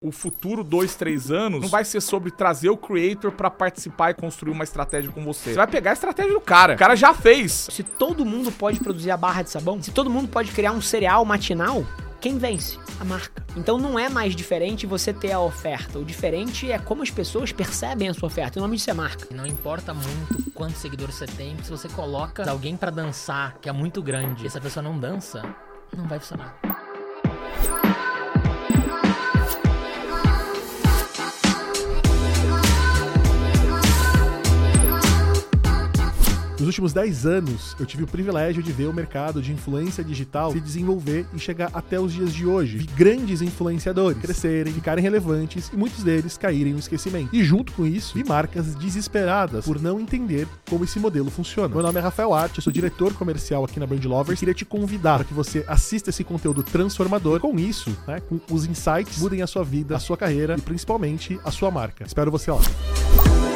O futuro 2, 3 anos não vai ser sobre trazer o creator pra participar e construir uma estratégia com você. Você vai pegar a estratégia do cara. O cara já fez. Se todo mundo pode produzir a barra de sabão, se todo mundo pode criar um cereal matinal, quem vence? A marca. Então não é mais diferente você ter a oferta. O diferente é como as pessoas percebem a sua oferta. O nome disso é marca. Não importa muito quantos seguidores você tem, se você coloca alguém pra dançar, que é muito grande, e essa pessoa não dança, não vai funcionar. Nos últimos 10 anos, eu tive o privilégio de ver o mercado de influência digital se desenvolver e chegar até os dias de hoje. Vi grandes influenciadores crescerem, ficarem relevantes e muitos deles caírem no esquecimento. E junto com isso, vi marcas desesperadas por não entender como esse modelo funciona. Meu nome é Rafael Arte, eu sou diretor comercial aqui na Brand Lovers e queria te convidar para que você assista esse conteúdo transformador. Com isso, com os insights, mudem a sua vida, a sua carreira e principalmente a sua marca. Espero você lá.